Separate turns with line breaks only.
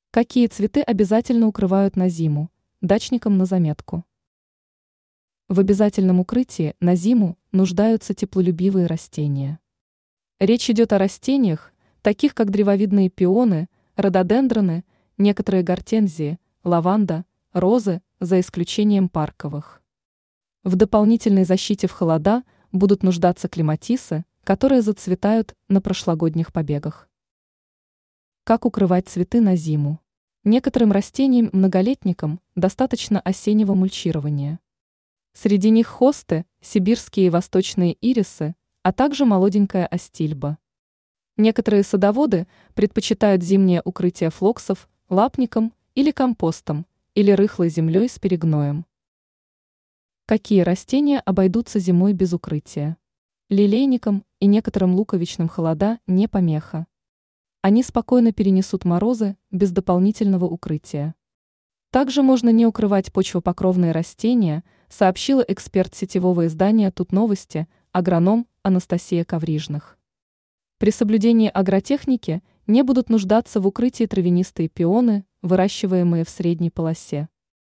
Какие цветы обязательно укрывают на зиму? Дачникам на заметку. В обязательном укрытии на зиму нуждаются теплолюбивые растения. Речь идет о растениях, таких как древовидные пионы, рододендроны, некоторые гортензии, лаванда, розы, за исключением парковых. В дополнительной защите в холода будут нуждаться клематисы, которые зацветают на прошлогодних побегах. Как укрывать цветы на зиму? Некоторым растениям-многолетникам достаточно осеннего мульчирования. Среди них хосты, сибирские и восточные ирисы, а также молоденькая астильба. Некоторые садоводы предпочитают зимнее укрытие флоксов, лапником или компостом, или рыхлой землей с перегноем. Какие растения обойдутся зимой без укрытия? Лилейникам и некоторым луковичным холода не помеха. Они спокойно перенесут морозы без дополнительного укрытия. Также можно не укрывать почвопокровные растения, сообщила эксперт сетевого издания «Тут новости», агроном Анастасия Коврижных. При соблюдении агротехники не будут нуждаться в укрытии травянистые пионы, выращиваемые в средней полосе.